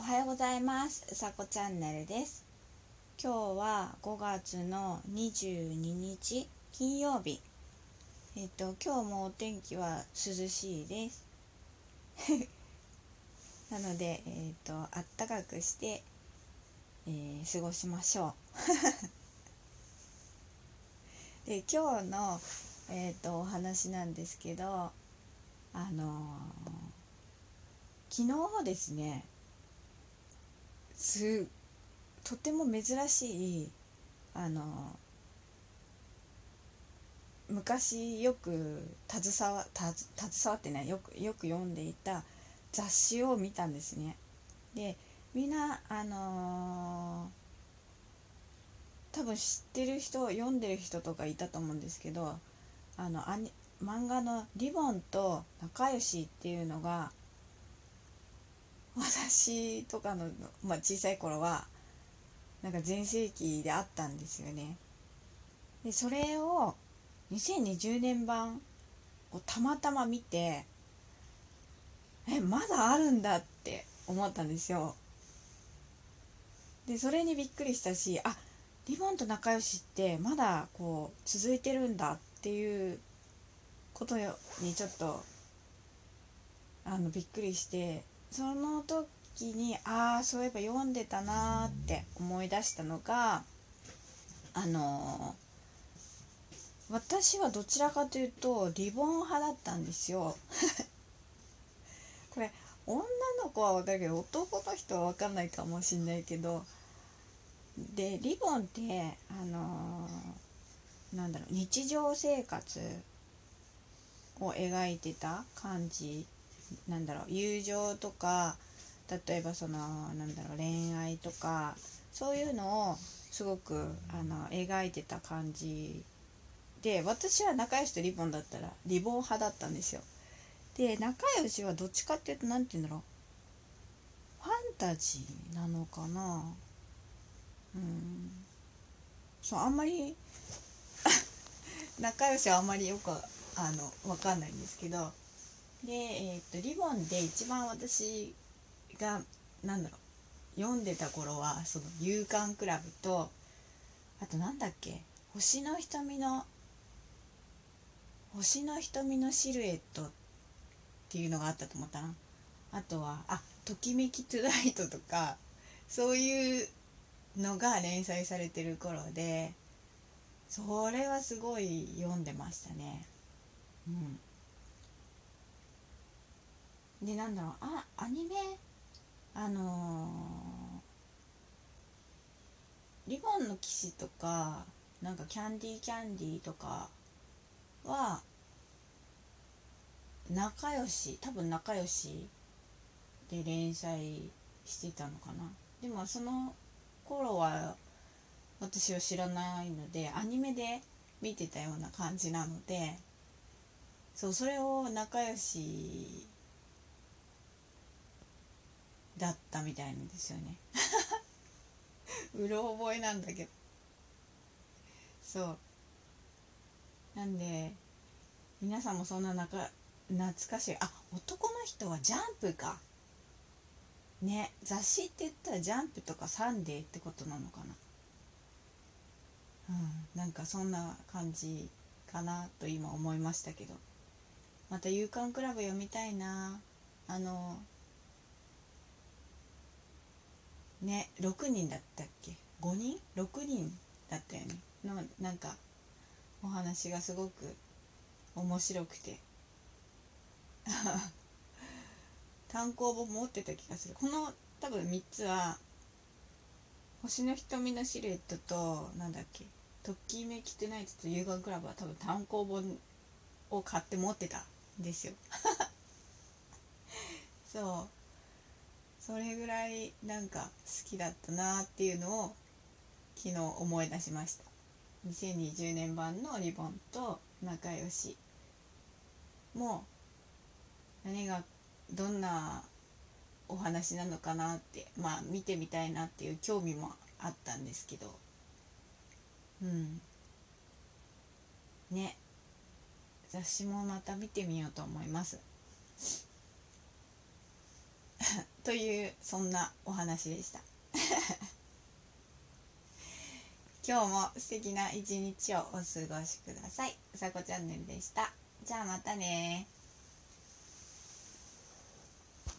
おはようございます。うさこチャンネルです。今日は5月の22日金曜日。今日もお天気は涼しいです。なので、あったかくして、過ごしましょう。で、今日の、お話なんですけど、あの昨日ですね、とても珍しいあの昔よく携わってね、よく読んでいた雑誌を見たんですね。で、みんな多分知ってる人、読んでる人とかいたと思うんですけど、あのアニ漫画の「リボンと仲良し」っていうのが、私とかの、小さい頃はなんか全盛期であったんですよね。でそれを2020年版をたまたま見て、まだあるんだって思ったんですよ。でそれにびっくりしたし、リボンと仲良しってまだこう続いてるんだっていうことにちょっとびっくりして、その時にそういえば読んでたなーって思い出したのが、あの私はどちらかというとリボン派だったんですよ。これ女の子はわかるけど男の人はわかんないかもしんないけど、でリボンって日常生活を描いてた感じ。友情とか、例えば恋愛とか、そういうのをすごく描いてた感じで、私は仲良しとリボンだったらリボン派だったんですよ。で仲良しはどっちかっていうと、なんて言うんだろう、ファンタジーなのかな。うん、そう、あんまり仲良しはあんまりよくわかんないんですけど。で、リボンで一番私が読んでた頃は、その夕刊クラブと、あと星の瞳のシルエットっていうのがあったと思ったな。あとはときめきトゥナイトとか、そういうのが連載されてる頃で、それはすごい読んでましたね。で、アニメ、あのリボンの騎士とか、キャンディーキャンディーとかは多分仲良しで連載してたのかな。でもその頃は私は知らないので、アニメで見てたような感じなので、それを仲良しだったみたいなんですよね。うろ覚えなんだけど。そうなんで、皆さんもそんな懐かしい。男の人はジャンプかね。雑誌って言ったらジャンプとかサンデーってことなのかな。そんな感じかなと今思いましたけど、また夕刊クラブ読みたいな。あの6人だったっけ、5人6人だったよねの、お話がすごく面白くて、単行本持ってた気がする。この多分3つは、星の瞳のシルエットと、ときめきトゥナイトと夕刊クラブは多分単行本を買って持ってたんですよ。そう、それぐらい好きだったなっていうのを昨日思い出しました。2020年版のリボンと仲良しも、どんなお話なのかなって、見てみたいなっていう興味もあったんですけど、うんね、雑誌もまた見てみようと思います。 というそんなお話でした。今日も素敵な一日をお過ごしください。うさこチャンネルでした。じゃあまたね。